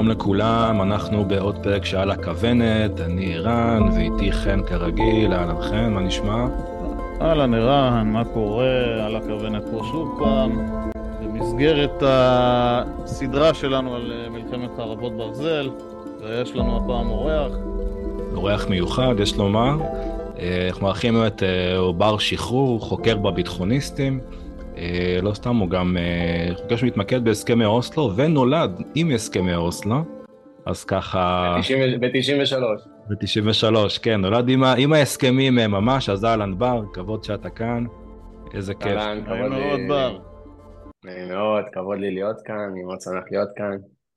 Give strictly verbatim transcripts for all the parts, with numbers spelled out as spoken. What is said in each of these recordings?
שלום לכולם, אנחנו בעוד פרק שעל הכוונת, אני ערן ואיתי חן כרגיל. אהלן חן, מה נשמע? אהלן ערן, מה קורה? על הכוונת פה שוב פעם במסגרת הסדרה שלנו על מלחמת חרבות ברזל, ויש לנו הפעם אורח. אורח מיוחד, יש לומר. אנחנו מארחים את בר שחרור, חוקר בביטחוניסטים. לא סתם, הוא גם חוקר שמתמקד בהסכמי אוסלו ונולד עם הסכמי אוסלו, אז ככה... ב-תשעים ושלוש. ב-תשעים ושלוש, כן, נולד עם, עם ההסכמים ממש. אז אהלן בר, כבוד שאתה כאן, איזה כיף. אהלן, כבוד לי מאוד בר. מאוד, כבוד לי להיות כאן, אני מאוד שמח להיות כאן.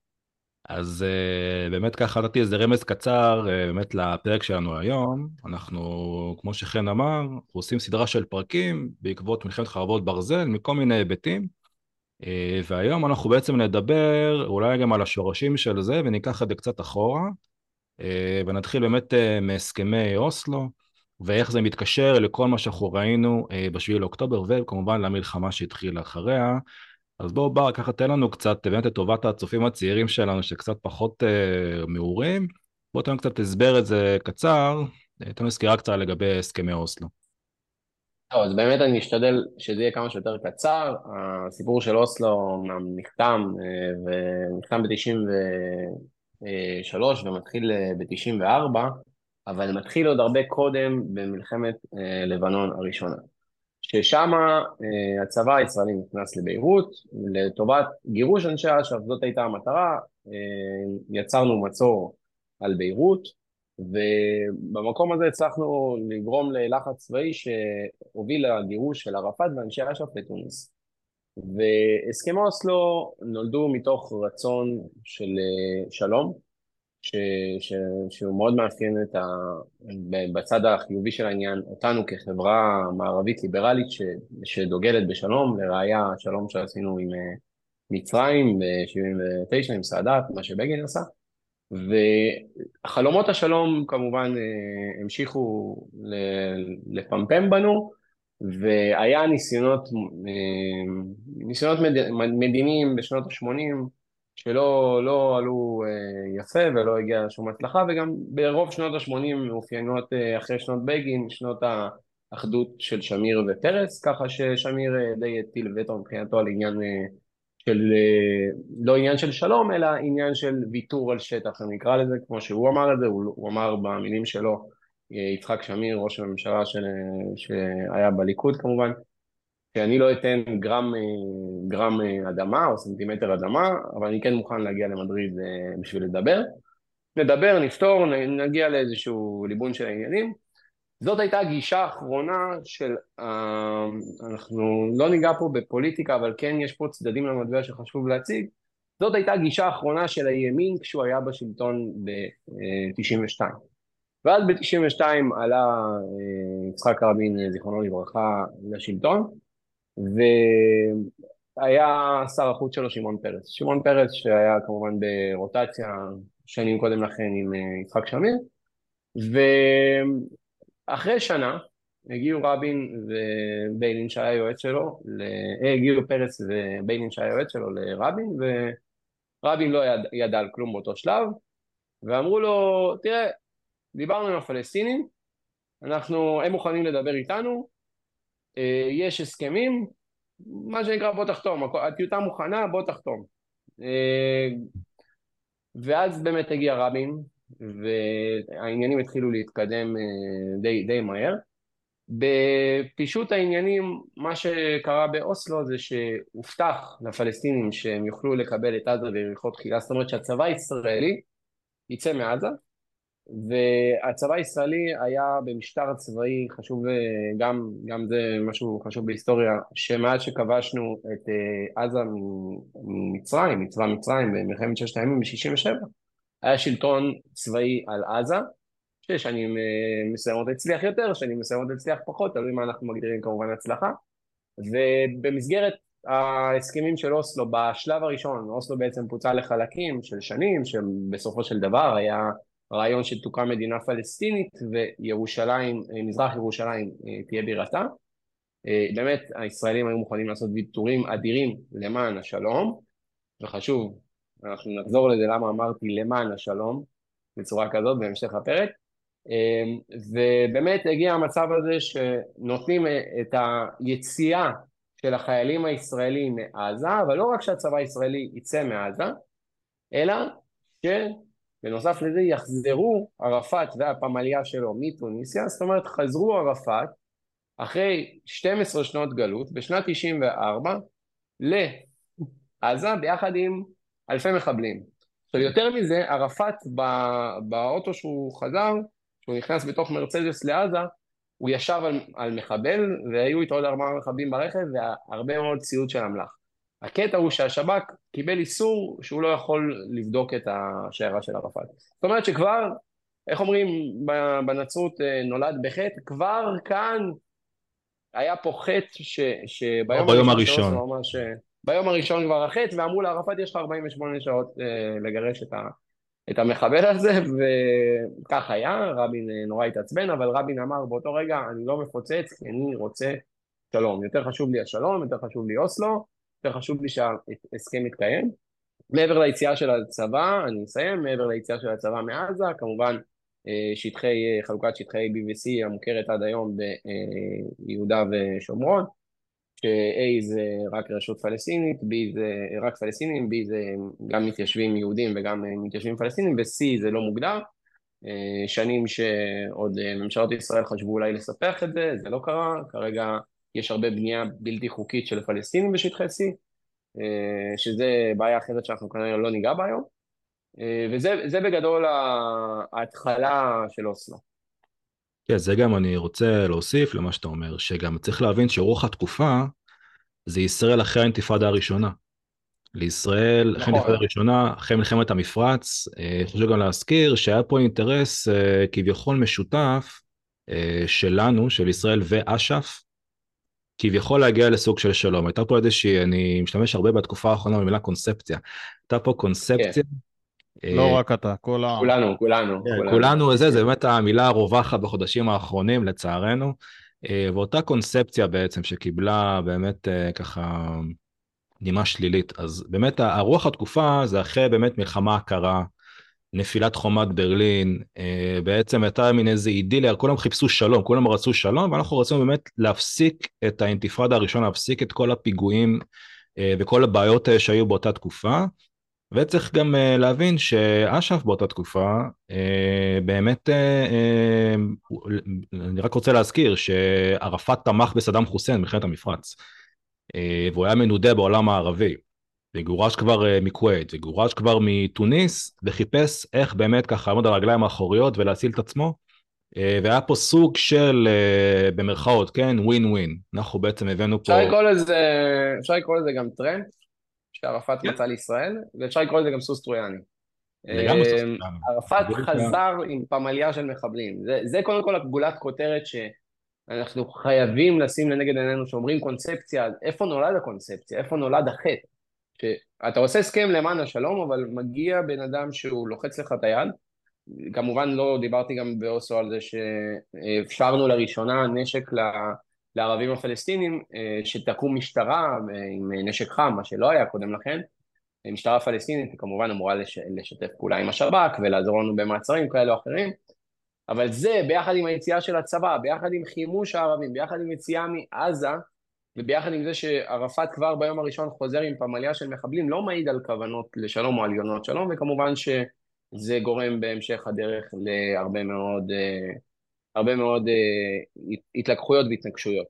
אז uh, באמת ככה נתתי איזה רמז קצר uh, באמת לפרק שלנו היום. אנחנו, כמו שחן אמר, אנחנו עושים סדרה של פרקים בעקבות מלחמת חרבות ברזל מכל מיני היבטים, uh, והיום אנחנו בעצם נדבר אולי גם על השורשים של זה וניקח את זה קצת אחורה, uh, ונתחיל באמת uh, מהסכמי אוסלו ואיך זה מתקשר לכל מה שאנחנו ראינו uh, בשביעי לאוקטובר וכמובן למלחמה שהתחילה אחריה. אז בואו בר, ככה תן לנו קצת, באמת לטובת הצופים הצעירים שלנו שקצת פחות אה, מעורים, בואו תן לנו קצת הסבר את זה קצר, אה, תן לנו סקירה קצרה לגבי הסכמי אוסלו. טוב, אז באמת אני אשתדל שזה יהיה כמה שיותר קצר. הסיפור של אוסלו אמנם נחתם, אה, ונחתם ב-תשעים ושלוש ומתחיל ב-תשעים וארבע, אבל מתחיל עוד הרבה קודם במלחמת אה, לבנון הראשונה. ששם uh, הצבא הישראלי נכנס לביירות לטובת גירוש אנשי אש"ף, זאת הייתה המטרה. uh, יצרנו מצור על ביירות, ובמקום הזה הצלחנו לגרום ללחץ צבאי שהוביל לגירוש של ערפאת ואנשי אש"ף לתוניס. והסכמי אוסלו נולדו מתוך רצון של uh, שלום, ש, ש, שהוא מאוד מאפיין את ה, בצד החיובי של העניין, אותנו כחברה מערבית ליברלית ש, שדוגלת בשלום. לראיה, השלום שעשינו עם מצרים ב-שבעים ותשע עם סאדאת, מה שבגין עשה. וחלומות השלום כמובן המשיכו לפמפם בנו, והיה ניסיונות, ניסיונות מדיניים בשנות ה-שמונים, שלא לא עלו אה, יפה ולא הגיע לשום הצלחה, וגם ברוב שנות ה-שמונים מאופיינות אה, אחרי שנות בגין, שנות האחדות של שמיר ופרס, ככה ששמיר אה, די הטיל וטו מבחינתו על עניין אה, של, אה, לא עניין של שלום, אלא עניין של ויתור על שטח, אני אקרא לזה כמו שהוא אמר את זה. הוא, הוא אמר במילים שלו, אה, יצחק שמיר, ראש הממשלה של, שהיה בליכוד כמובן, שאני לא אתן גרם, גרם אדמה או סנטימטר אדמה, אבל אני כן מוכן להגיע למדריד בשביל לדבר. נדבר, נפתור, נגיע לאיזשהו ליבון של העניינים. זאת הייתה הגישה האחרונה של, אנחנו לא ניגע פה בפוליטיקה, אבל כן יש פה צדדים למטבע שחשוב להציג. זאת הייתה הגישה האחרונה של הימין כשהוא היה בשלטון ב-תשעים ושתיים. ואז ב-תשעים ושתיים עלה יצחק רבין, זיכרונו לברכה, לשלטון, והיה שר החוץ שלו שמעון פרס. שמעון פרס שהיה כמובן ברוטציה שנים קודם לכן עם יצחק שמיר, ואחרי שנה הגיעו רבין וביילין שהיה יועץ שלו, הגיעו פרס וביילין שהיה יועץ שלו לרבין, ורבין לא ידע, ידע על כלום באותו שלב, ואמרו לו, תראה, דיברנו עם הפלסטינים, אנחנו, הם מוכנים לדבר איתנו, יש הסכמים, מה שנקרא בוא תחתום, הטיוטה מוכנה, בוא תחתום. ואז באמת הגיע רבין, והעניינים התחילו להתקדם די, די מהר. בפישוט העניינים, מה שקרה באוסלו זה שהובטח לפלסטינים שהם יוכלו לקבל את עזה ויריחו תחילה, זאת אומרת שהצבא הישראלי יצא מעזה, והצבא הישראלי היה במשטר צבאי חשוב, גם, גם זה משהו חשוב בהיסטוריה, שמאז שכבשנו את עזה ממצרים, מצבא מצרים במלחמת ששת הימים ב-שישים ושבע, היה שלטון צבאי על עזה, ששנים מסוימות הצליח יותר, שנים מסוימות הצליח פחות, תלוי מה אנחנו מגדירים כמובן הצלחה. ובמסגרת ההסכמים של אוסלו, בשלב הראשון, אוסלו בעצם פוצל לחלקים של שנים, שבסופו של דבר היה רעיון שתוקם מדינה פלסטינית, וירושלים, מזרח ירושלים תהיה בירתה. באמת הישראלים היו מוכנים לעשות ויתורים אדירים למען השלום, וחשוב אנחנו נחזור לזה למה אמרתי למען השלום, בצורה כזאת בהמשך הפרק. ובאמת הגיע המצב הזה שנותנים את היציאה של החיילים הישראלים מעזה, אבל לא רק שהצבא הישראלי יצא מעזה, אלא שבנוסף לזה יחזרו ערפאת והפמליה שלו מתוניסיה, זאת אומרת חזרו ערפאת אחרי שתים עשרה שנות גלות, בשנת תשעים וארבע, לעזה ביחד עם אלפי מחבלים. עכשיו יותר מזה, ערפאת באוטו שהוא חזר, שהוא נכנס בתוך מרצדס לעזה, הוא ישב על, על מחבל, והיו איתו עוד ארבעה מחבלים ברכב, והרבה מאוד ציוד של אמל"ח. הקטע הוא שהשב"כ קיבל איסור שהוא לא יכול לבדוק את השיירה של ערפאת. זאת אומרת שכבר, איך אומרים בנצרות נולד בחטא, כבר כאן היה פה חטא ש, שביום ביום הראשון, הראשון. שלו, ממש, ביום הראשון כבר החטא, ואמרו לערפאת יש לך ארבעים ושמונה שעות לגרש את ה... את המחבל הזה, וכך היה, רבין נורא התעצבן, אבל רבין אמר באותו רגע, אני לא מפוצץ, כי אני רוצה שלום. יותר חשוב לי השלום, יותר חשוב לי אוסלו, יותר חשוב לי שההסכם יתקיים. מעבר ליציאה של הצבא, אני אסיים, מעבר ליציאה של הצבא מעזה, כמובן שטחי, חלוקת שטחי בי וי סי המוכרת עד היום ביהודה ושומרון, ש-A זה רק רשות פלסטינית, B זה רק פלסטינים, B זה גם מתיישבים יהודים וגם מתיישבים פלסטינים, ו-C זה לא מוגדר. שנים שעוד ממשלות ישראל חשבו אולי לספח את זה, זה לא קרה, כרגע יש הרבה בנייה בלתי חוקית של פלסטינים בשטחי C, שזה בעיה אחרת שאנחנו כנראה לא ניגע בה היום, וזה זה בגדול ההתחלה של אוסלו. כן, זה גם אני רוצה להוסיף למה שאתה אומר, שגם צריך להבין שרוח התקופה זה ישראל אחרי האינתיפאדה הראשונה. לישראל, אחרי האינתיפאדה הראשונה, אחרי מלחמת המפרץ, חשוב גם להזכיר שהיה פה אינטרס כביכול משותף שלנו, של ישראל ואש"ף, כביכול להגיע לסוג של שלום. הייתה פה איזושהי, אני משתמש הרבה בתקופה האחרונה במילה קונספציה. הייתה פה קונספציה, לא רק אתה, כל העם. כולנו, כולנו. כולנו, זה, זה באמת המילה הרווחת בחודשים האחרונים, לצערנו, ואותה קונספציה בעצם שקיבלה באמת ככה נימה שלילית. אז באמת הרוח התקופה זה אחרי באמת מלחמה הקרה, נפילת חומת ברלין, בעצם הייתה מין איזה אידיליה, כולם חיפשו שלום, כולם רצו שלום, ואנחנו רצינו באמת להפסיק את האינתיפאדה הראשונה, להפסיק את כל הפיגועים וכל הבעיות שהיו באותה תקופה, וצריך גם uh, להבין שאש"ף באותה תקופה, uh, באמת, uh, uh, אני רק רוצה להזכיר שערפאת תמך בסדאם חוסיין במלחמת המפרץ, uh, והוא היה מנודה בעולם הערבי, וגורש כבר uh, מכווית, וגורש כבר מתוניס, וחיפש איך באמת ככה לעמוד על הרגליים האחוריות ולהציל את עצמו, uh, והיה פה סוג של, uh, במרכאות, כן, ווין ווין, אנחנו בעצם הבאנו פה... אפשר לקרוא לזה, אפשר לקרוא לזה גם טרנד, שערפאת מצא לישראל, ואפשר לקרוא לזה גם סוס טרויאני. ערפאת חזר עם פמליה של מחבלים. זה, זה קודם כל הגולת כותרת שאנחנו חייבים לשים לנגד עינינו, שאומרים קונספציה, איפה נולד הקונספציה? איפה נולד החטא? שאתה עושה הסכם למען השלום, אבל מגיע בן אדם שהוא לוחץ לך את היד, כמובן לא דיברתי גם באוסלו על זה שאפשרנו לראשונה נשק ל... לערבים הפלסטינים, שתקום משטרה עם נשק חם, מה שלא היה קודם לכן, משטרה פלסטינית כמובן אמורה לש... לשתף פעולה עם השב"כ ולעזור לנו במעצרים כאלה או אחרים, אבל זה ביחד עם היציאה של הצבא, ביחד עם חימוש הערבים, ביחד עם יציאה מעזה, וביחד עם זה שערפאת כבר ביום הראשון חוזר עם פמליה של מחבלים, לא מעיד על כוונות לשלום או על יונות שלום, וכמובן שזה גורם בהמשך הדרך להרבה מאוד... הרבה מאוד uh, התלקחויות והתנגשויות.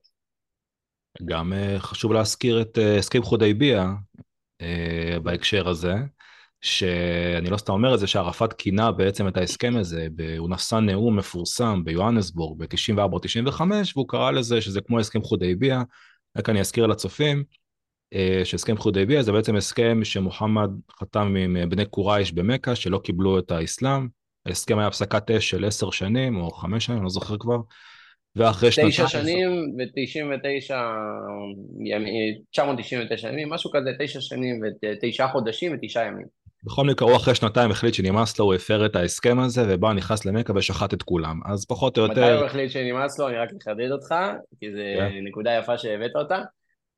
גם uh, חשוב להזכיר את uh, הסכם חודייביה uh, בהקשר הזה, שאני לא סתם אומר את זה, שערפאת כינה בעצם את ההסכם הזה, הוא נשא נאום מפורסם ביוהנסבורג ב-תשעים וארבע תשעים וחמש, והוא קרא לזה שזה כמו הסכם חודייביה, רק אני אזכיר לצופים, uh, שהסכם חודייביה זה בעצם הסכם שמוחמד חתם עם בני קורייש במכה, שלא קיבלו את האסלאם, ההסכם היה הפסקת אש של עשר שנים, או חמש שנים, אני לא זוכר כבר, ואחרי שנתיים... תשע שנים ו-תשעים ותשע ימים, תשע מאות תשעים ותשע ימים, משהו כזה, תשע שנים ותשעה חודשים ותשעה ימים. בכל מקרה, הוא אחרי שנתיים החליט שנמאס לו, הוא הפר את ההסכם הזה, ובא, נכנס למכה ושחט את כולם. אז פחות או יותר... מתי הוא החליט שנמאס לו? אני רק מחדד אותך, כי זו נקודה יפה שהבאת אותה.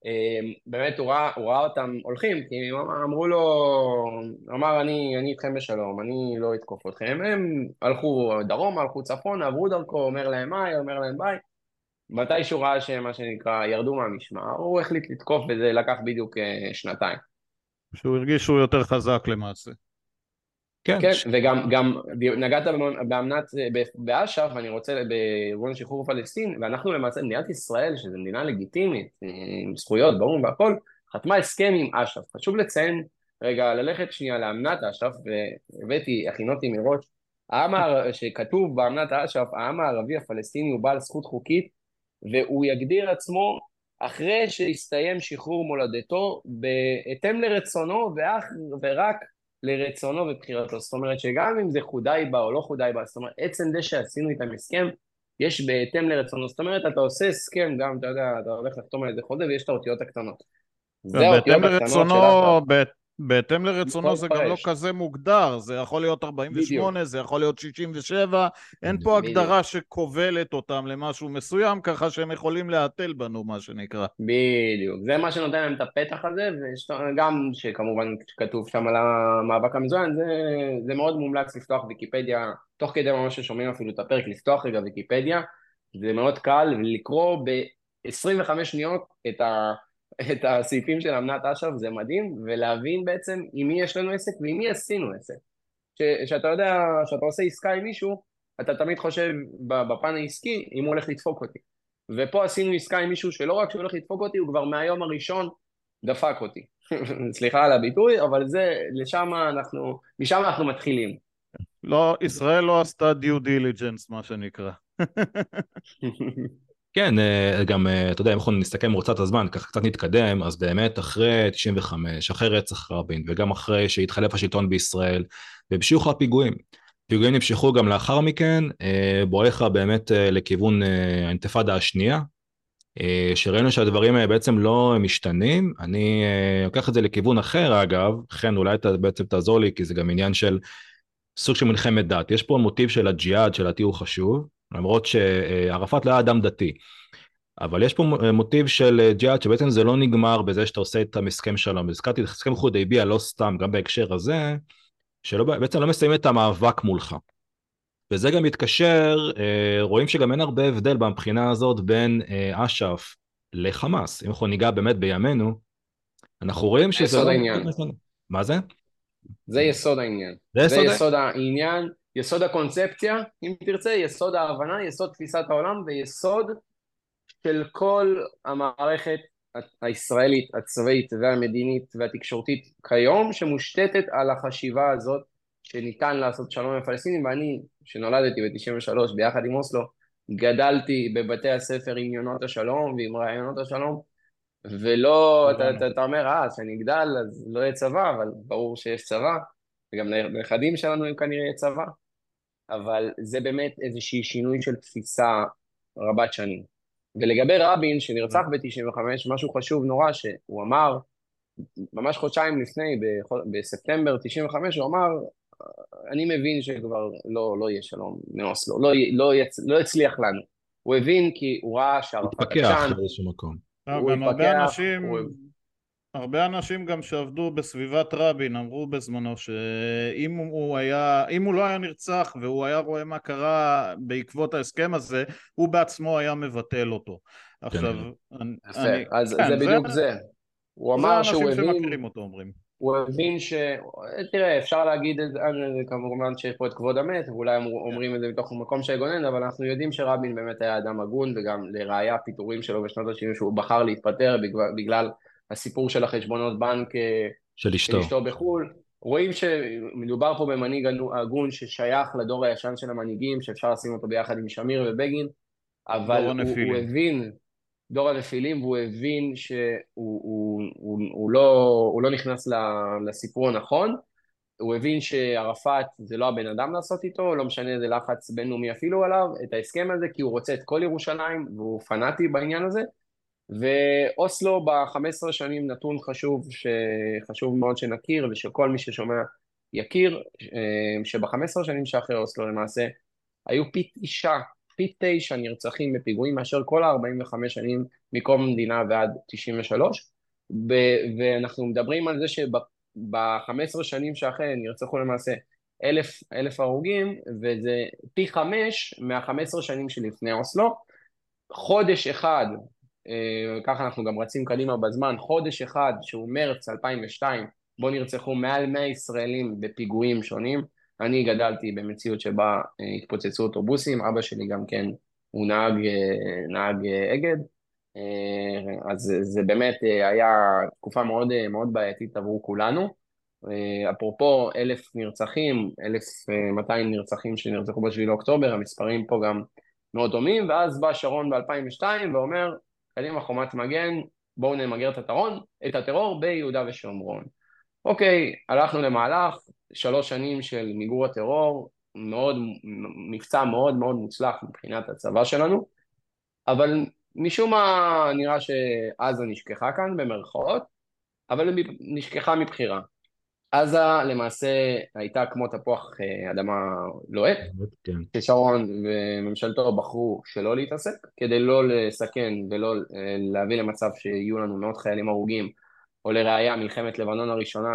באמת הוא ראה, הוא ראה אותם הולכים, כי אמרו לו, הוא אמר אני, אני איתכם בשלום, אני לא אתקוף אתכם, הם הלכו דרום, הלכו צפון, עברו דרכו, אומר להם היי, אומר להם ביי, מתי שהוא ראה שמה שנקרא ירדו מהמשמר, הוא החליט לתקוף וזה לקח בדיוק אה, שנתיים. שהוא הרגיש שהוא יותר חזק למעשה. כן, כן, ש... וגם גם נגעת באמנת, באש"ף, ואני רוצה, בארגון שחרור פלסטין, ואנחנו למעשה, מדינת ישראל, שזו מדינה לגיטימית, עם זכויות, באו"ם והכל, חתמה הסכם עם אש"ף. חשוב לציין, רגע, ללכת שנייה לאמנת אש"ף, והבאתי, הכינותי מראש, העם הער- שכתוב באמנת אש"ף, העם הערבי הפלסטיני הוא בעל זכות חוקית, והוא יגדיר עצמו אחרי שהסתיים שחרור מולדתו, בהתאם לרצונו, ואך ורק לרצונו ובחירתו. זאת אומרת שגם אם זה חודאי בה או לא חודאי בה, זאת אומרת עצם זה שעשינו איתם הסכם, יש בהתאם לרצונו. זאת אומרת אתה עושה הסכם גם, אתה יודע, אתה הולך לחתום על איזה חוזה ויש את האותיות הקטנות. זה גם בהתאם האותיות הקטנות לרצונו, של אש"ף. בהת... בהתאם יכול לרצונו זה גם לא לפרש. כזה מוגדר, זה יכול להיות ארבעים בדיוק, ושמונה, זה יכול להיות שישים ושבע, אין פה בדיוק. הגדרה שכובלת אותם למשהו מסוים, ככה שהם יכולים להתל בנו, מה שנקרא. בדיוק, זה מה שנותן להם את הפתח הזה, וגם שכמובן כתוב שם על המאבק המזוין, זה, זה מאוד מומלץ לפתוח ויקיפדיה, תוך כדי ממש ששומעים אפילו את הפרק, לפתוח רגע ויקיפדיה, זה מאוד קל, ולקרוא ב-עשרים וחמש שניות את, ה, את הסעיפים של אמנת אש"ף, זה מדהים, ולהבין בעצם עם מי יש לנו עסק ועם מי עשינו עסק. ש, שאתה יודע, שאתה עושה עסקה עם מישהו, אתה תמיד חושב בפן העסקי, אם הוא הולך לדפוק אותי. ופה עשינו עסקה עם מישהו שלא רק שהוא הולך לדפוק אותי, הוא כבר מהיום הראשון דפק אותי. סליחה על הביטוי, אבל זה, לשם אנחנו, משם אנחנו מתחילים. לא, ישראל לא עשתה דיו דיליג'נס, מה שנקרא. כן, אה, גם, אה, אתה יודע, אם אנחנו נסתכל מרוצת הזמן, ככה קצת נתקדם, אז באמת אחרי תשעים וחמש, אחרי רצח רבין, וגם אחרי שהתחלף השלטון בישראל, והמשיכו הפיגועים. פיגועים נמשכו גם לאחר מכן, אה, בואכה באמת אה, לכיוון אה, האינתיפאדה השנייה, אה, שראינו שהדברים האלה בעצם לא משתנים. אני אה, לוקח את זה לכיוון אחר, אגב, כן, אולי אתה בעצם תעזור לי, כי זה גם עניין של סוג של מלחמת דת. יש פה מוטיב של הג'יהאד, שלדעתי הוא חשוב, למרות שערפאת לא היה אדם דתי. אבל יש פה מוטיב של ג'יהאד, שבעצם זה לא נגמר בזה שאתה עושה את הסכם שלום. הזכרתי את הסכם חודייביה לא סתם, גם בהקשר הזה, שבעצם לא מסיימים את המאבק מולך. וזה גם מתקשר, רואים שגם אין הרבה הבדל מבחינה הזאת בין אש"ף לחמאס. אם אנחנו ניגע באמת בימינו, אנחנו רואים זה שזה יסוד לא... העניין. מה זה? זה יסוד העניין. זה זה יסוד... יסוד העניין, יסוד הקונספציה, אם תרצה, יסוד ההבנה, יסוד תפיסת העולם, ויסוד של כל המערכת הישראלית, הצבאית והמדינית והתקשורתית כיום, שמושתתת על החשיבה הזאת שניתן לעשות שלום עם הפלסטינים, ואני, שנולדתי ב-תשעים ושלוש ביחד עם אוסלו, גדלתי בבתי הספר עם יונות השלום ועם רעיונות השלום, ולא, אתה, אתה, אתה אומר, אה, שאני אגדל אז לא יהיה צבא, אבל ברור שיש צבא, וגם לנכדים שלנו הם כנראה יהיה צבא, אבל זה באמת איזושהי שינוי של תפיסה רבת שנים. ולגבי רבין שנרצח ב-תשעים וחמש, משהו חשוב נורא שהוא אמר, ממש חודשיים לפני, בספטמבר תשעים וחמש, הוא אמר, אני מבין שכבר לא, לא יהיה שלום מאוסלו, לא, לא, יצ, לא יצליח לנו. הוא הבין כי הוא ראה שערפאת התפכח עקשן, באיזשהו מקום. הוא גם הרבה התפכח, אנשים, הוא... הרבה אנשים גם שעבדו בסביבת רבין אמרו בזמנו שאם הוא היה, אם הוא לא היה נרצח והוא היה רואה מה קרה בעקבות ההסכם הזה, הוא בעצמו היה מבטל אותו. עכשיו, אני, יפה, אני, אז כן, זה זה, בדיוק זה. הוא זה אמר שהוא האנשים הבין, שמכירים אותו אומרים. הוא הבין ש... תראה, אפשר להגיד את זה, כמובן שיש פה את כבוד המת, ואולי אומרים את זה מתוך מקום שיגונן, אבל אנחנו יודעים שרבין באמת היה אדם הגון, וגם לראיה פיטורים שלו בשנות ה-שבעים, שהוא בחר להתפטר בגלל, בגלל הסיפור של החשבונות בנק של של אשתו. אשתו בחו"ל. רואים שמדובר פה במנהיג הגון ששייך לדור הישן של המנהיגים, שאפשר לשים אותו ביחד עם שמיר ובגין, אבל הוא, הוא הבין, דור הנפילים, והוא הבין שהוא הוא, הוא, הוא לא, הוא לא נכנס לסיפור הנכון, הוא הבין שערפאת זה לא הבן אדם לעשות איתו, לא משנה איזה לחץ בינלאומי אפילו עליו, את ההסכם הזה, כי הוא רוצה את כל ירושלים, והוא פנאטי בעניין הזה, ואוסלו ב-חמש עשרה שנים נתון חשוב, שחשוב מאוד שנכיר, ושכל מי ששומע יכיר, שב-חמש עשרה שנים שאחרי אוסלו למעשה, היו פי תשע, פי תשע נרצחים בפיגועים, מאשר כל ה-ארבעים וחמש שנים מקום המדינה ועד תשעים ושלוש, ב- ואנחנו מדברים על זה שב-חמש עשרה שנים שאחרי נרצחו למעשה אלף, אלף הרוגים, וזה פי חמש מה-חמש עשרה שנים שלפני אוסלו. חודש אחד, אה, ככה אנחנו גם רצים קדימה בזמן, חודש אחד שהוא מרץ אלפיים ושתיים, בו נרצחו מעל מאה ישראלים בפיגועים שונים. אני גדלתי במציאות שבה אה, התפוצצו אוטובוסים, אבא שלי גם כן הוא נהג, אה, נהג אה, אגד, אה, אז זה, זה באמת אה, היה תקופה מאוד, אה, מאוד בעייתית עבור כולנו. אה, אפרופו אלף נרצחים, אלף מאתיים נרצחים שנרצחו בשביל אוקטובר, המספרים פה גם מאוד דומים, ואז בא שרון ב-אלפיים ושתיים ואומר, קדימה חומת מגן, בואו נמגר את הטרור, את הטרור ביהודה ושומרון. אוקיי, הלכנו למהלך, שלוש שנים של מיגור הטרור, מאוד, מבצע מאוד מאוד מוצלח מבחינת הצבא שלנו, אבל משום מה נראה שעזה נשכחה כאן במרכאות, אבל היא נשכחה מבחירה. עזה למעשה הייתה כמו תפוח אה, אדמה לוהט, כן. ששרון וממשלתו בחרו שלא להתעסק, כדי לא לסכן ולא אה, להביא למצב שיהיו לנו מאות חיילים הרוגים, או לראיה מלחמת לבנון הראשונה,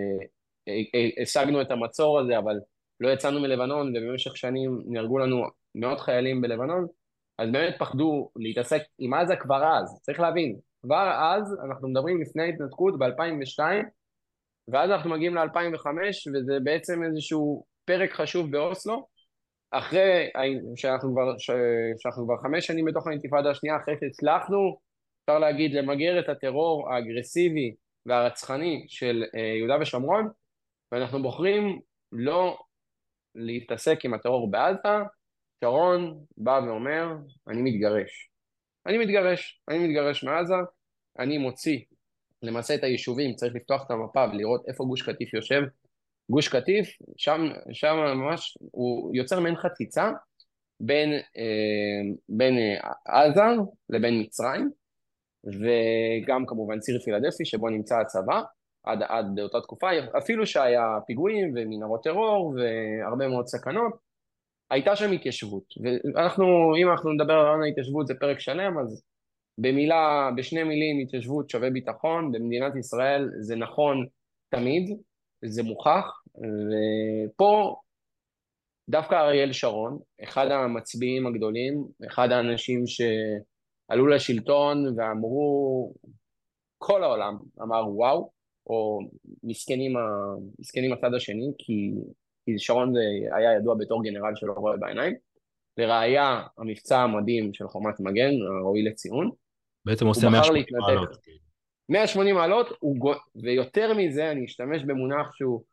שהשגנו את המצור הזה, אבל לא יצאנו מלבנון, ובמשך שנים נהרגו לנו מאות חיילים בלבנון, אז באמת פחדו להתעסק עם עזה כבר אז. צריך להבין, כבר אז, אנחנו מדברים לפני ההתנתקות ב-אלפיים ושתיים, ואז אנחנו מגיעים ל-אלפיים וחמש, וזה בעצם איזשהו פרק חשוב באוסלו, אחרי שאנחנו כבר, שאנחנו כבר חמש שנים בתוך האינתיפאדה השנייה, אחרי שהצלחנו, אפשר להגיד, למגר את הטרור האגרסיבי והרצחני של יהודה ושומרון, ואנחנו בוחרים לא להתעסק עם הטרור בעזה. שרון בא ואומר, אני מתגרש. אני מתגרש, אני מתגרש מעזה, אני מוציא למעשה את היישובים, צריך לפתוח את המפה ולראות איפה גוש קטיף יושב. גוש קטיף, שם, שם ממש הוא יוצר מעין חציצה בין, אה, בין אה, עזה לבין מצרים, וגם כמובן ציר פילדלפי שבו נמצא הצבא עד, עד אותה תקופה, אפילו שהיה פיגועים ומנהרות טרור והרבה מאוד סכנות, הייתה שם התיישבות. ואנחנו, אם אנחנו נדבר על ההתיישבות זה פרק שלם, אז במילה, בשני מילים, התיישבות שווה ביטחון. במדינת ישראל זה נכון תמיד, זה מוכח, ופה דווקא אריאל שרון, אחד המצביעים הגדולים, אחד האנשים שעלו לשלטון ואמרו, כל העולם אמר וואו, או מסכנים, מסכנים הצד השני, כי, כי שרון זה היה ידוע בתור גנרל שלא רואה בעיניים. לראיה, המבצע המדהים של חומת מגן, ראוי לציון, בעצם הוא עושה בחר מאה ושמונים להתנתק. מעלות. מאה ושמונים מעלות, הוא, ויותר מזה, אני אשתמש במונח שהוא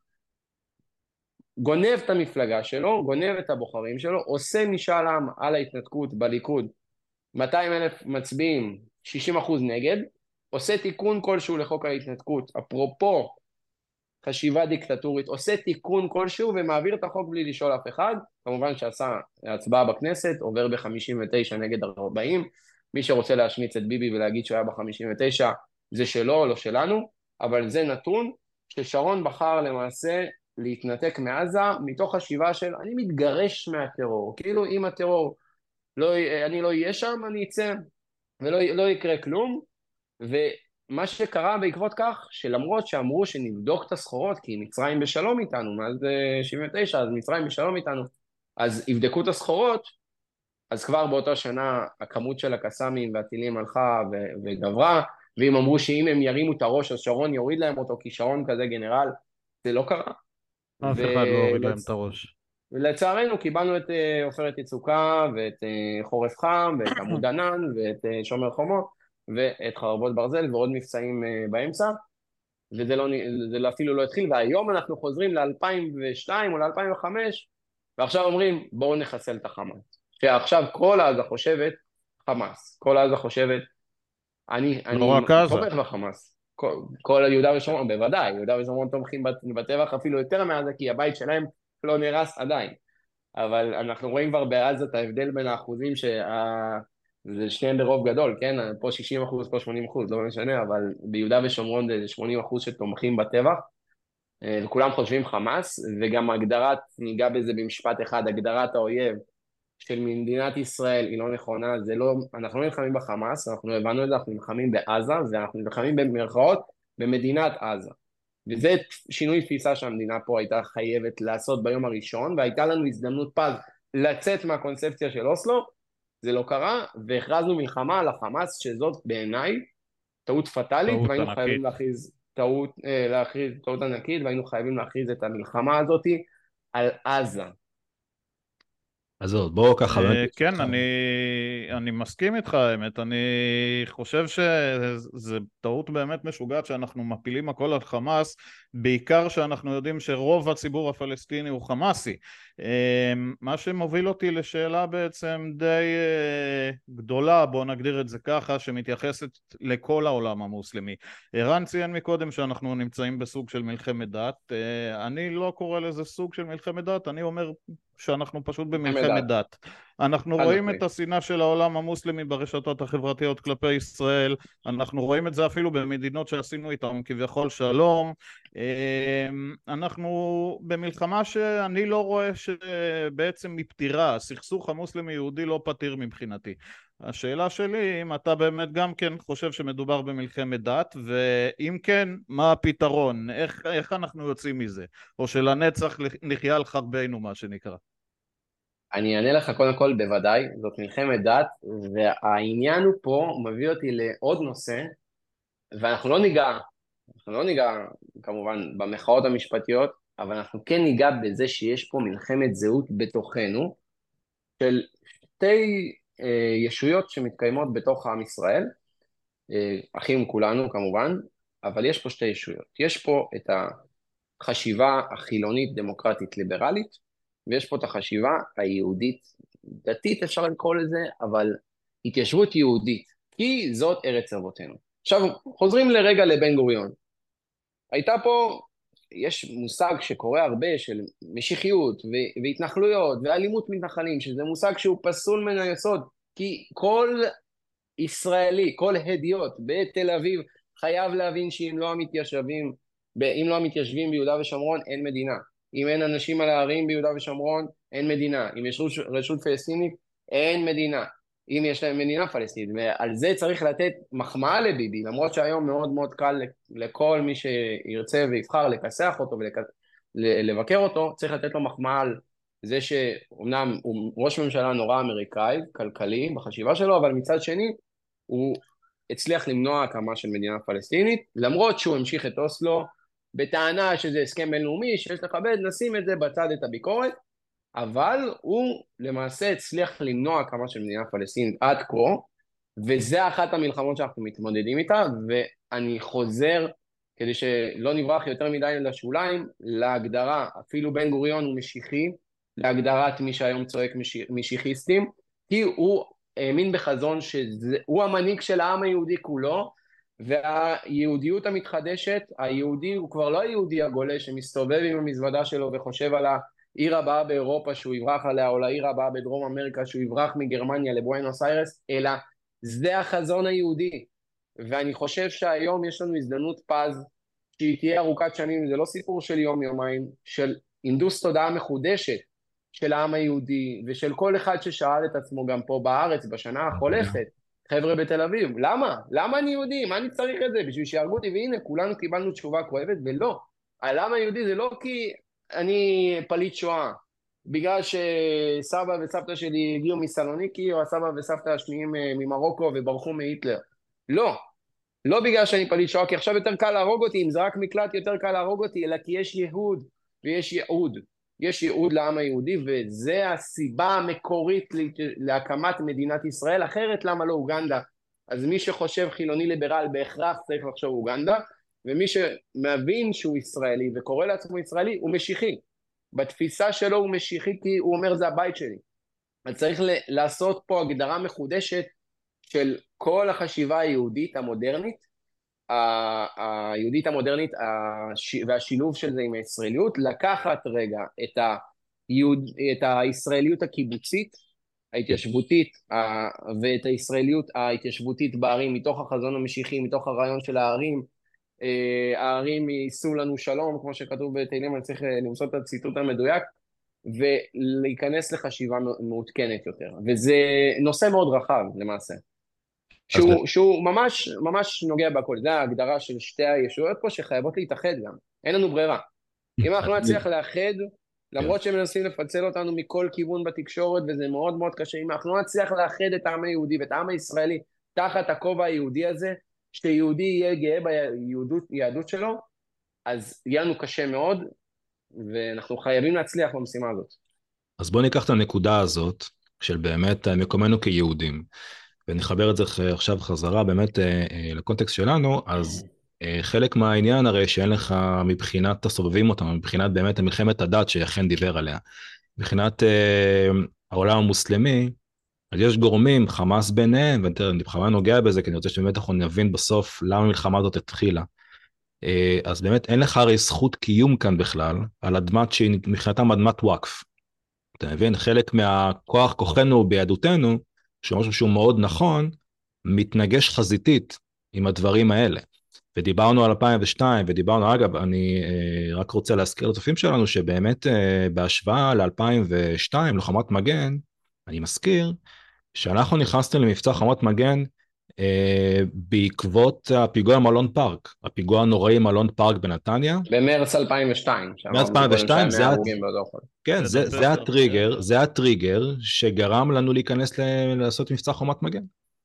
גונב את המפלגה שלו, גונב את הבוחרים שלו, עושה משאל עם על ההתנתקות בליכוד, מאתיים אלף מצביעים, שישים אחוז נגד, עושה תיקון כלשהו לחוק ההתנתקות, אפרופו חשיבה דיקטטורית, עושה תיקון כלשהו ומעביר את החוק בלי לשאול אף אחד, כמובן שעשה הצבעה בכנסת, עובר ב-חמישים ותשע נגד ארבעים, מי שרוצה להשמיץ את ביבי ולהגיד שהוא היה ב-חמישים ותשע, זה שלו, לא שלנו, אבל זה נתון ששרון בחר למעשה להתנתק מעזה, מתוך חשיבה של אני מתגרש מהטרור, כאילו אם הטרור, לא, אני לא אהיה שם, אני אצא, ולא לא יקרה כלום, ומה שקרה בעקבות כך, שלמרות שאמרו שנבדוק את הסחורות, כי מצרים בשלום איתנו, מאז שבעים ותשע, אז מצרים בשלום איתנו, אז יבדקו את הסחורות, אז כבר באותה שנה הכמות של הקסאמים והטילים הלכה ו- וגברה, והם אמרו שאם הם ירימו את הראש, אז שרון יוריד להם אותו, כי שרון כזה גנרל, זה לא קרה. אף אחד לא הוריד להם ולצ... את הראש. ולצערנו קיבלנו את uh, עופרת יצוקה, ואת uh, חורף חם, ואת עמוד ענן, ואת uh, שומר חומות, ואת חרבות ברזל, ועוד מבצעים uh, באמצע, וזה לא, זה אפילו לא התחיל, והיום אנחנו חוזרים ל-אלפיים ושתיים או ל-אלפיים וחמש, ועכשיו אומרים בואו נחסל את החמאס. שעכשיו כל עזה חושבת חמאס, כל עזה חושבת, אני, לא אני רק עזה. תומך בחמאס, כל, כל יהודה ושומרון, בוודאי, יהודה ושומרון תומכים בטבח אפילו יותר מעזה, כי הבית שלהם לא נהרס עדיין, אבל אנחנו רואים כבר בעזה את ההבדל בין האחוזים, שזה שניהם ברוב גדול, כן, פה שישים אחוז, פה שמונים אחוז, לא משנה, אבל ביהודה ושומרון זה שמונים אחוז שתומכים בטבח, וכולם חושבים חמאס, וגם הגדרת, ניגע בזה במשפט אחד, הגדרת האויב, של מדינת ישראל היא לא נכונה, זה לא, אנחנו לא נלחמים בחמאס, אנחנו הבנו את זה, אנחנו נלחמים בעזה, ואנחנו נלחמים במרכאות במדינת עזה. וזה שינוי תפיסה שהמדינה פה הייתה חייבת לעשות ביום הראשון, והייתה לנו הזדמנות פז לצאת מהקונספציה של אוסלו, זה לא קרה, והכרזנו מלחמה על החמאס, שזאת בעיניי טעות פטאלית, טעות והיינו חייבים ענקית. להכריז טעות, אה, להכריז טעות ענקית, והיינו חייבים להכריז את המלחמה הזאת על עזה. אז עוד, בואו ככה באמת אה, כן, ברשותך. אני, אני מסכים איתך, האמת. אני חושב שזה טעות באמת משוגעת שאנחנו מפילים הכל על חמאס, בעיקר שאנחנו יודעים שרוב הציבור הפלסטיני הוא חמאסי. אה, מה שמוביל אותי לשאלה בעצם די אה, גדולה, בוא נגדיר את זה ככה, שמתייחסת לכל העולם המוסלמי. ערן ציין מקודם שאנחנו נמצאים בסוג של מלחמת דת. אה, אני לא קורא לזה סוג של מלחמת דת, אני אומר שאנחנו פשוט במלחמת מלחמת דת. אנחנו חד רואים את משמעית. השנאה של העולם המוסלמי ברשתות החברתיות כלפי ישראל, אנחנו רואים את זה אפילו במדינות שעשינו איתן כביכול שלום. אנחנו במלחמה שאני לא רואה שבעצם מפתירה, הסכסוך המוסלמי יהודי לא פתיר מבחינתי. השאלה שלי, אם אתה באמת גם כן חושב שמדובר במלחמת דת, ואם כן, מה הפתרון? איך, איך אנחנו יוצאים מזה? או שלנצח נחיה על חרבנו, מה שנקרא. אני אענה לך קודם כל בוודאי, זאת מלחמת דת, והעניין הוא פה מביא אותי לעוד נושא, ואנחנו לא ניגע, אנחנו לא ניגע כמובן במחאות המשפטיות, אבל אנחנו כן ניגע בזה שיש פה מלחמת זהות בתוכנו, של שתי אה, ישויות שמתקיימות בתוך עם ישראל, אה, אחים כולנו כמובן, אבל יש פה שתי ישויות. יש פה את החשיבה החילונית דמוקרטית ליברלית, ויש פה את החשיבה היהודית דתית אפשר לקרוא לזה, אבל התיישבות יהודית, כי זאת ארץ אבותינו. עכשיו חוזרים לרגע לבן גוריון. הייתה פה, יש מושג שקורה הרבה של משיחיות ו- והתנחלויות ואלימות מתנחלים, שזה מושג שהוא פסול מן היסוד, כי כל ישראלי, כל הדיוט בתל אביב חייב להבין שאם לא המתיישבים, אם לא המתיישבים ביהודה ושומרון אין מדינה. אם אין אנשים על הערים ביהודה ושומרון אין מדינה. אם יש רשות פלסטינית אין מדינה. אם יש להם מדינה פלסטינית, ועל זה צריך לתת מחמאה לביבי, למרות שהיום מאוד מאוד קל לכל מי שירצה ויבחר לכסח אותו ולבקר אותו, צריך לתת לו מחמאה על זה שאומנם הוא ראש ממשלה נורא אמריקאי, כלכלי בחשיבה שלו, אבל מצד שני הוא הצליח למנוע הקמה של מדינה פלסטינית, למרות שהוא המשיך את אוסלו בטענה שזה הסכם בינלאומי שיש לכבד, נשים את זה בצד את הביקורת, אבל הוא למעשה הצליח למנוע הקמה של מדינה פלסטינית עד כה, וזה אחת המלחמות שאנחנו מתמודדים איתה, ואני חוזר כדי שלא נברח יותר מדי לשוליים, להגדרה, אפילו בן גוריון הוא משיחי, להגדרת מי שהיום צועק משיחיסטים, כי הוא האמין בחזון שהוא המנהיג של העם היהודי כולו, והיהודיות המתחדשת, היהודי הוא כבר לא היהודי הגולה שמסתובב עם המזוודה שלו וחושב על העיר הבאה באירופה שהוא יברח עליה, או לעיר הבאה בדרום אמריקה שהוא יברח מגרמניה לבואנוס איירס, אלא זה החזון היהודי. ואני חושב שהיום יש לנו הזדמנות פז שהיא תהיה ארוכת שנים, זה לא סיפור של יום יומיים, של אינדוס תודעה מחודשת של העם היהודי ושל כל אחד ששאל את עצמו גם פה בארץ בשנה החולפת, חבר'ה בתל אביב, למה? למה אני יהודי? מה אני צריך את זה? בשביל שיהרגו אותי? והנה כולנו קיבלנו תשובה כואבת, ולא, הלמה היהודי זה לא כי אני פליט שואה, בגלל שסבא וסבתא שלי הגיעו מסלוניקי, או הסבא וסבתא השניים ממרוקו וברחו מהיטלר, לא, לא בגלל שאני פליט שואה, כי עכשיו יותר קל להרוג אותי, אם זה רק מקלט יותר קל להרוג אותי, אלא כי יש יהוד ויש ייעוד, יש ייעוד לעם היהודי, וזה הסיבה המקורית להקמת מדינת ישראל. אחרת למה לא אוגנדה? אז מי שחושב חילוני ליברל בהכרח צריך לחשוב אוגנדה, ומי שמבין שהוא ישראלי וקורא לעצמו ישראלי הוא משיחי, בתפיסה שלו הוא משיחי, כי הוא אומר זה הבית שלי. אז צריך לעשות פה הגדרה מחודשת של כל החשיבה היהודית המודרנית, היהודית המודרנית והשילוב של זה עם הישראליות, לקחת רגע את, היהוד, את הישראליות הקיבוצית, ההתיישבותית, ואת הישראליות ההתיישבותית בערים, מתוך החזון המשיחי, מתוך הרעיון של הערים, הערים יישאו לנו שלום, כמו שכתוב בתהילים, אני צריך למצוא את הציטוט המדויק, ולהיכנס לחשיבה מעודכנת יותר. וזה נושא מאוד רחב למעשה. אז שהוא, שהוא ממש, ממש נוגע בכל. זה ההגדרה של שתי הישויות פה שחייבות להתאחד גם. אין לנו ברירה. אם אנחנו נצליח לאחד, כן. למרות שהם מנסים לפצל אותנו מכל כיוון בתקשורת, וזה מאוד מאוד קשה, אם אנחנו נצליח לאחד את העם היהודי ואת העם הישראלי תחת הכובע היהודי הזה, שיהודי יהיה גאה ביהדות שלו, אז יהיה לנו קשה מאוד, ואנחנו חייבים להצליח במשימה הזאת. אז בואו ניקח את הנקודה הזאת, של באמת מקומנו כיהודים, ונחבר את זה עכשיו חזרה באמת לקונטקסט שלנו, אז חלק מהעניין הרי שאין לך מבחינת הסובבים אותנו, מבחינת באמת מלחמת הדת שיחן דיבר עליה, מבחינת העולם המוסלמי, אז יש גורמים, חמאס ביניהם, ואני בכלל נוגע בזה, כי אני רוצה שבאמת אנחנו נבין בסוף למה המלחמה הזאת התחילה. אז באמת אין לך הרי זכות קיום כאן בכלל, על אדמת שהיא מבחינתם אדמת וואקף. אתה מבין? חלק מהכוח כוחנו ביהדותנו, שהוא משהו שהוא מאוד נכון, מתנגש חזיתית עם הדברים האלה. ודיברנו על אלפיים ושתיים, ודיברנו, אגב, אני רק רוצה להזכיר לצופים שלנו, שבאמת בהשוואה ל-אלפיים ושתיים, לוחמת מגן, אני מזכיר, שאנחנו נכנסנו למבצע חומת מגן אה, בעקבות הפיגוע מלון פארק, הפיגוע הנוראי מלון פארק בנתניה. במרץ אלפיים ושתיים, מרץ אלפיים ושתיים, זה, כן, זה, זה, זה הטריגר, זה הטריגר שגרם לנו להיכנס ל- לעשות מבצע חומת מגן.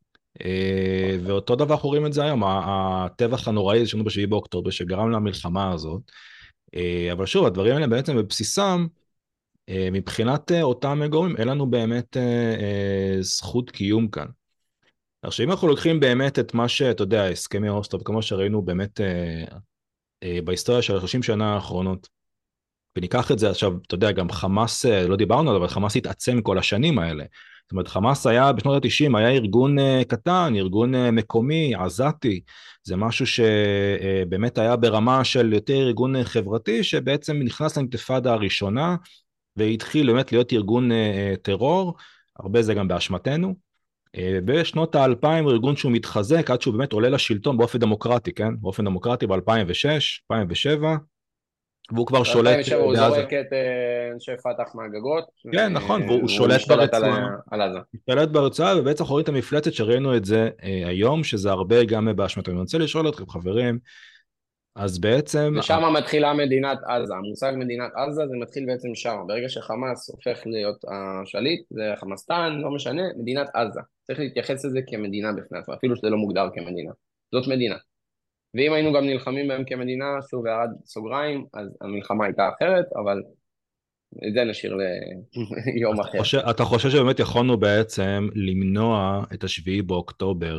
אה, ואותו דבר אנחנו רואים את זה היום, הטבח הנוראי שלנו בשביעי באוקטובר שגרם למלחמה הזאת. אה, אבל שוב, הדברים האלה בעצם בבסיסם, מבחינת אותם גורמים, אין לנו באמת זכות קיום כאן. עכשיו, אם אנחנו לוקחים באמת את מה שאתה יודע, הסכמי אוסלו, כמו שראינו באמת בהיסטוריה של שלושים שנה האחרונות, וניקח את זה עכשיו, אתה יודע, גם חמאס, לא דיברנו עליו, אבל חמאס התעצם כל השנים האלה. זאת אומרת, חמאס היה בשנות ה-תשעים, היה ארגון קטן, ארגון מקומי, עזתי, זה משהו שבאמת היה ברמה של יותר ארגון חברתי, שבעצם נכנס לאינתיפאדה הראשונה, והתחיל באמת להיות ארגון uh, טרור, הרבה זה גם באשמתנו, uh, בשנות האלפיים ארגון שהוא מתחזק, עד שהוא באמת עולה לשלטון באופן דמוקרטי, כן? באופן דמוקרטי ב-אלפיים ושש, אלפיים ושבע, והוא כבר שולט ב-אלפיים ושבע הוא בעזה. זורק את אנשי פתח מהגגות. כן, נכון, והוא שולט ברצועה. על עזה. שולט ברצועה, ובעצם אנחנו רואים את המפלצת שראינו את זה uh, היום, שזה הרבה גם באשמתנו. אני רוצה לשאול אתכם, חברים, אז בעצם... ושם מתחילה מדינת עזה, המושג מדינת עזה זה מתחיל בעצם שם, ברגע שחמאס הופך להיות השליט, זה חמאסטן, לא משנה, מדינת עזה, צריך להתייחס לזה כמדינה בפני עצמה, אפילו שזה לא מוגדר כמדינה, זאת מדינה. ואם היינו גם נלחמים בהם כמדינה, שוב הערד סוגריים, אז המלחמה הייתה אחרת, אבל את זה נשאיר ליום אחר. חושב, אתה חושב שבאמת יכולנו בעצם למנוע את השביעי באוקטובר,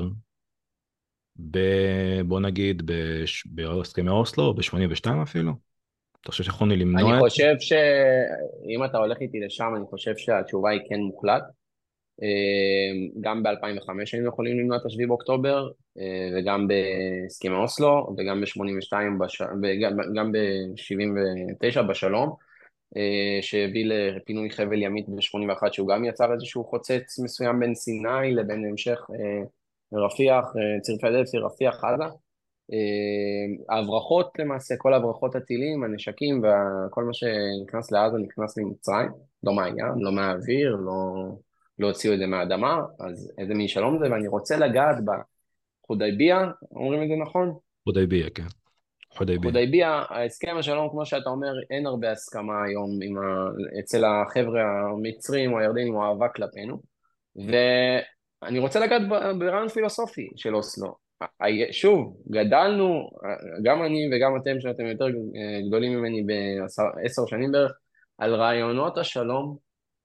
ב, בוא נגיד, בהסכמי אוסלו, או ב-שמונים ושתיים אפילו? אתה חושב שיכולנו למנוע את זה? אני חושב שאם אתה הולך איתי לשם, אני חושב שהתשובה היא כן מוחלט. גם ב-אלפיים וחמש היינו יכולים למנוע את השביעי באוקטובר, וגם בהסכמי אוסלו, וגם ב-שמונים ושתיים, וגם ב-שבעים ותשע בשלום, שהביא לפינוי חבל ימית ב-שמונים ואחת, שהוא גם יצר איזשהו חוצץ מסוים בין סיני לבין המשך רפיח, ציר פילדלפי, רפיח, עזה. ההברחות למעשה, כל ההברחות הטילים, הנשקים וכל מה שנכנס לעזה נכנס ממצרים, לא מהים, לא מהאוויר, לא, לא הוציאו את זה מהאדמה, אז איזה מין שלום זה, ואני רוצה לגעת בחודייביה, אומרים את זה נכון? חודייביה, כן. חודייביה. חודייביה, ההסכם השלום, כמו שאתה אומר, אין הרבה הסכמה היום עם ה... אצל החבר'ה המצרים או הירדנים או האהבה כלפינו, ואני רוצה לגעת ברעיון פילוסופי של אוסלו. שוב, גדלנו, גם אני וגם אתם שאתם יותר גדולים ממני בעשר שנים בערך, על רעיונות השלום,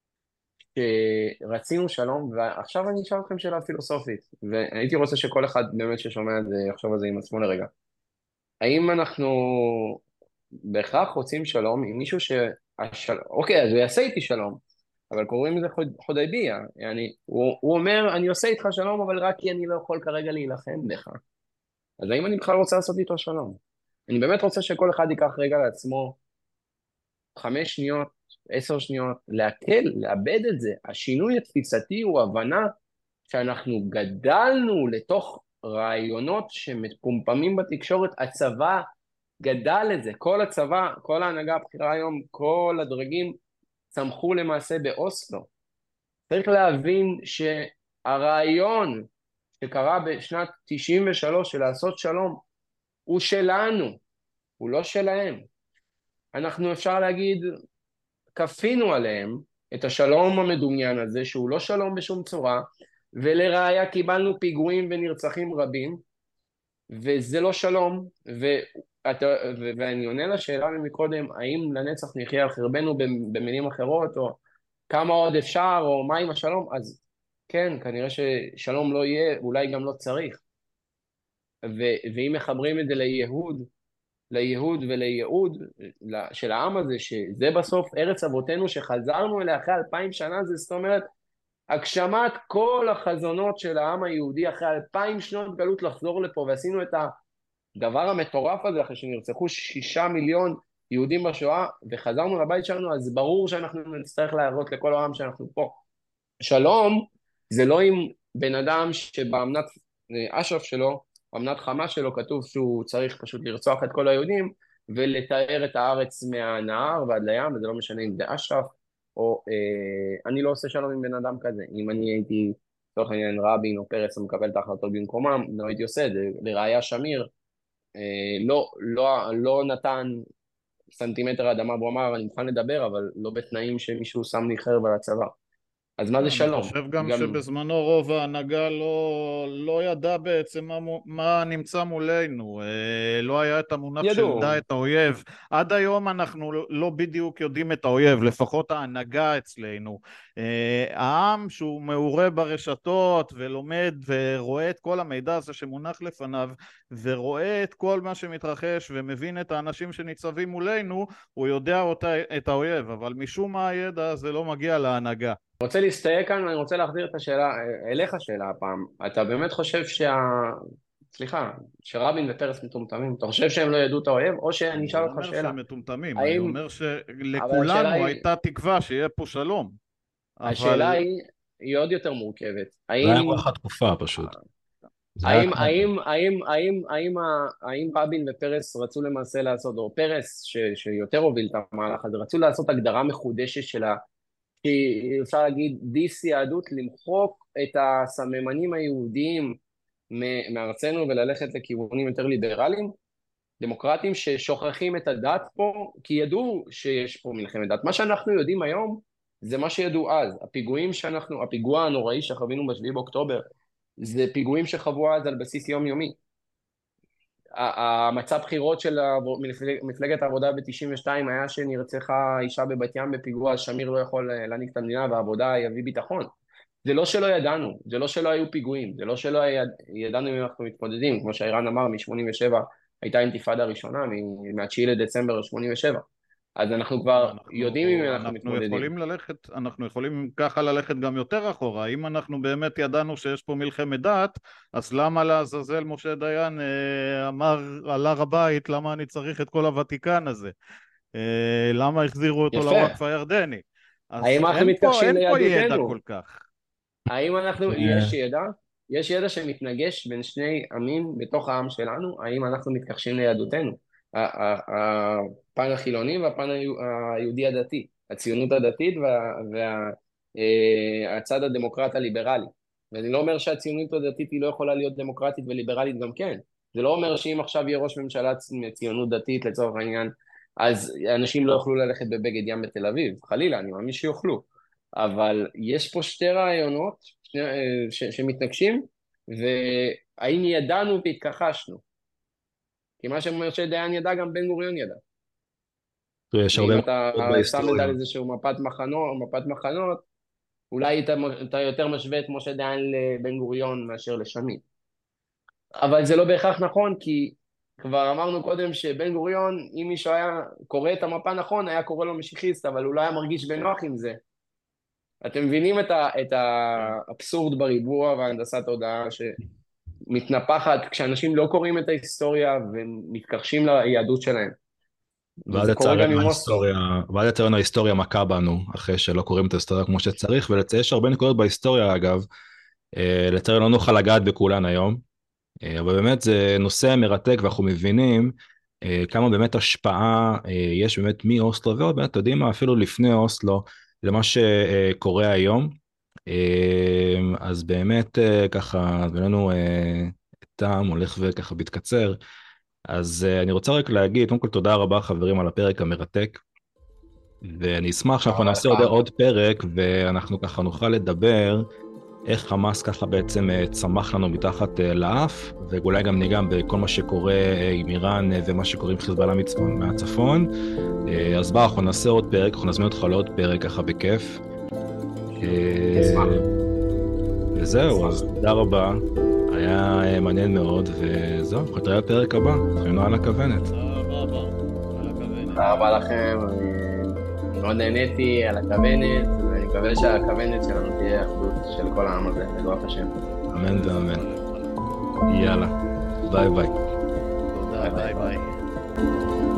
שרצינו שלום, ועכשיו אני אשאל אתכם שאלה פילוסופית, והייתי רוצה שכל אחד באמת ששומע את זה יחשוב על זה עם עצמו לרגע. האם אנחנו בהכרח רוצים שלום עם מישהו שהשל... אוקיי, אז הוא יעשה איתי שלום, אבל קוראים לזה חודייביה, yani, הוא, הוא אומר, אני עושה איתך שלום, אבל רק כי אני לא יכול כרגע להילחם בך. אז האם אני בכלל רוצה לעשות איתו שלום? אני באמת רוצה שכל אחד ייקח רגע לעצמו חמש שניות, עשר שניות, להקל, לאבד את זה. השינוי התפיסתי הוא הבנה שאנחנו גדלנו לתוך רעיונות שמפומפמים בתקשורת, הצבא גדל את זה, כל הצבא, כל ההנהגה הבכירה היום, כל הדרגים צמחו למעשה באוסלו. צריך להבין שהרעיון שקרה בשנת תשעים ושלוש של לעשות שלום, הוא שלנו, הוא לא שלהם. אנחנו אפשר להגיד, כפינו עליהם את השלום המדומיין הזה, שהוא לא שלום בשום צורה, ולראיה קיבלנו פיגועים ונרצחים רבים, וזה לא שלום, ואת, ו, ואני עונה לשאלה מקודם, האם לנצח נחיה על חרבנו במילים אחרות, או כמה עוד אפשר, או מה עם השלום, אז כן, כנראה ששלום לא יהיה, אולי גם לא צריך. ו, ואם מחברים את זה לייהוד, לייהוד ולייעוד של העם הזה, שזה בסוף ארץ אבותינו שחזרנו אליה אחרי אלפיים שנה, זה זאת אומרת, הגשמת כל החזונות של העם היהודי אחרי אלפיים שנות גלות לחזור לפה, ועשינו את הדבר המטורף הזה אחרי שנרצחו שישה מיליון יהודים בשואה, וחזרנו לבית שלנו, אז ברור שאנחנו נצטרך להראות לכל העם שאנחנו פה. שלום זה לא עם בן אדם שבאמנת אש"ף שלו, באמנת חמאס שלו כתוב שהוא צריך פשוט לרצוח את כל היהודים, ולתאר את הארץ מהנהר ועד לים, וזה לא משנה אם זה אש"ף, או אה, אני לא עושה שלום עם בן אדם כזה. אם אני הייתי, לצורך העניין, רבין או פרס ומקבל את ההחלטות במקומם, לא הייתי עושה את זה. לראיה שמיר אה, לא, לא, לא נתן סנטימטר אדמה, הוא אמר, אני מוכן לדבר, אבל לא בתנאים שמישהו שם לי חרב על הצבא. אז מה זה אני שלום? חושב גם גם... שבזמנו רוב ההנהגה לא, לא ידע בעצם מה, מו- מה נמצא מולנו, אה, לא היה את המונח של ידעו. דע את האויב. עד היום אנחנו לא לא בדיוק יודעים את האויב, לפחות ההנהגה אצלנו. אה, העם שהוא מעורה ברשתות ולומד ורואה את כל המידע הזה שמונח לפניו, ורואה את כל מה שמתרחש ומבין את האנשים שניצבים מולנו, הוא יודע אותה, את האויב, אבל משום מה הידע הזה לא מגיע להנהגה. אני רוצה להסתייג כאן, ואני רוצה להחזיר את השאלה, אליך שאלה הפעם. אתה באמת חושב שה... סליחה, שרבין ופרס מטומטמים, אתה חושב שהם לא ידעו את האויב? או שאני אני אשאל לא אותך אומר שאלה, שהם מטומטמים, אני האם... אומר אבל השאלה שלכולנו היא, הייתה תקווה שיהיה פה שלום, השאלה אבל היא, היא עוד יותר מורכבת. זה היה האם... רוח התקופה פשוט. זה היה האם, קאדר. האם, האם, האם, האם, ה- האם רבין ופרס רצו למעשה לעשות, או פרס ש, שיותר הוביל את המהלך הזה, רצו לעשות הגדרה מחודשת של ה... כי אפשר להגיד דיס יהדות, למחוק את הסממנים היהודיים מ- מארצנו וללכת לכיוונים יותר ליברליים, דמוקרטיים, ששוכחים את הדת פה, כי ידעו שיש פה מלחמת דת. מה שאנחנו יודעים היום זה מה שידעו אז. הפיגועים שאנחנו, הפיגוע הנוראי שחווינו בשביעי באוקטובר, זה פיגועים שחוו אז על בסיס יומיומי. המצע בחירות של מפלגת העבודה ב-תשעים ושתיים היה שנרצחה אישה בבת ים בפיגוע, שמיר לא יכול להנהיג את המדינה והעבודה יביא ביטחון. זה לא שלא ידענו, זה לא שלא היו פיגועים, זה לא שלא ידענו אם אנחנו מתמודדים, כמו שאירן אמר, מ-שמונים ושבע הייתה אינתיפאדה ראשונה, מה-תשיעי לדצמבר שמונים ושבע. אז אנחנו כבר אנחנו, יודעים אם אנחנו אנחנו מתמודדים. יכולים ללכת, אנחנו יכולים ככה ללכת גם יותר אחורה. אם אנחנו באמת ידענו שיש פה מלחמת דת, אז למה לעזאזל משה דיין אה, אמר על הר הבית, למה אני צריך את כל הוותיקן הזה? אה, למה החזירו אותו יפה. לווקף הירדני? אז האם אנחנו אין פה, מתכחשים אין פה ידע ליהדותנו? כל כך. האם אנחנו, יש ידע? יש ידע שמתנגש בין שני עמים בתוך העם שלנו? האם אנחנו מתכחשים ליהדותנו? הפן החילוני והפן היהודי הדתי, הציונות הדתית והצד הדמוקרט הליברלי. ואני לא אומר שהציונות הדתית היא לא יכולה להיות דמוקרטית וליברלית גם כן. זה לא אומר שאם עכשיו יהיה ראש ממשלה ציונות דתית לצורך העניין, אז אנשים לא יוכלו ללכת בבגד ים בתל אביב. חלילה, אני מאמין שיוכלו. אבל יש פה שתי רעיונות שני, ש, שמתנגשים, והאם ידענו והתכחשנו? כי מה שמשה דיין ידע, גם בן גוריון ידע. יש הרבה ואם אתה מאוד שם את בהיסטוריה. על איזשהו מפת מחנות, מפת מחנות, אולי אתה, אתה יותר משווה את משה דיין לבן גוריון מאשר לשמיר. אבל זה לא בהכרח נכון, כי כבר אמרנו קודם שבן גוריון, אם מישהו היה קורא את המפה נכון, היה קורא לו משיחיסט, אבל הוא לא היה מרגיש בנוח עם זה. אתם מבינים את, ה, את האבסורד בריבוע והנדסת הודעה שמתנפחת כשאנשים לא קוראים את ההיסטוריה ומתכחשים ליהדות שלהם. ואז וזה קורה גם עם אוסלו. ואז לצערנו ההיסטוריה מכה בנו, אחרי שלא קוראים את ההיסטוריה כמו שצריך, ויש הרבה נקודות בהיסטוריה אגב, לצערנו לא נוכל לגעת בכולן היום, אבל באמת זה נושא מרתק ואנחנו מבינים אה, כמה באמת השפעה אה, יש באמת מאוסלו, ועוד באמת, יודעים מה, אפילו לפני אוסלו, למה שקורה היום. אה, אז באמת אה, ככה, בינינו אה, טעם הולך וככה מתקצר. אז uh, אני רוצה רק להגיד, קודם כל תודה רבה חברים על הפרק המרתק, ואני אשמח תודה שאנחנו רבה נעשה לך. עוד, עוד פרק, ואנחנו ככה נוכל לדבר איך חמאס ככה בעצם uh, צמח לנו מתחת uh, לאף, ואולי גם ניגע בכל מה שקורה uh, עם איראן uh, ומה שקורה עם חיזבאללה מצפון, מהצפון. Uh, אז בוא, אנחנו נעשה עוד פרק, אנחנו נזמין אותך לעוד פרק ככה בכיף. נשמח. Uh, וזהו, אז תודה רבה, היה uh, מעניין מאוד, וזהו, אנחנו נתראה בפרק הבא, אנחנו על הכוונת. הבא הבא, על הכוונת. תודה רבה לכם, אני מאוד נהניתי על הכוונת, ואני מקווה שהכוונת שלנו תהיה אחדות של כל העם הזה, בעזרת השם. אמן ואמן. יאללה, ביי ביי. תודה, ביי ביי.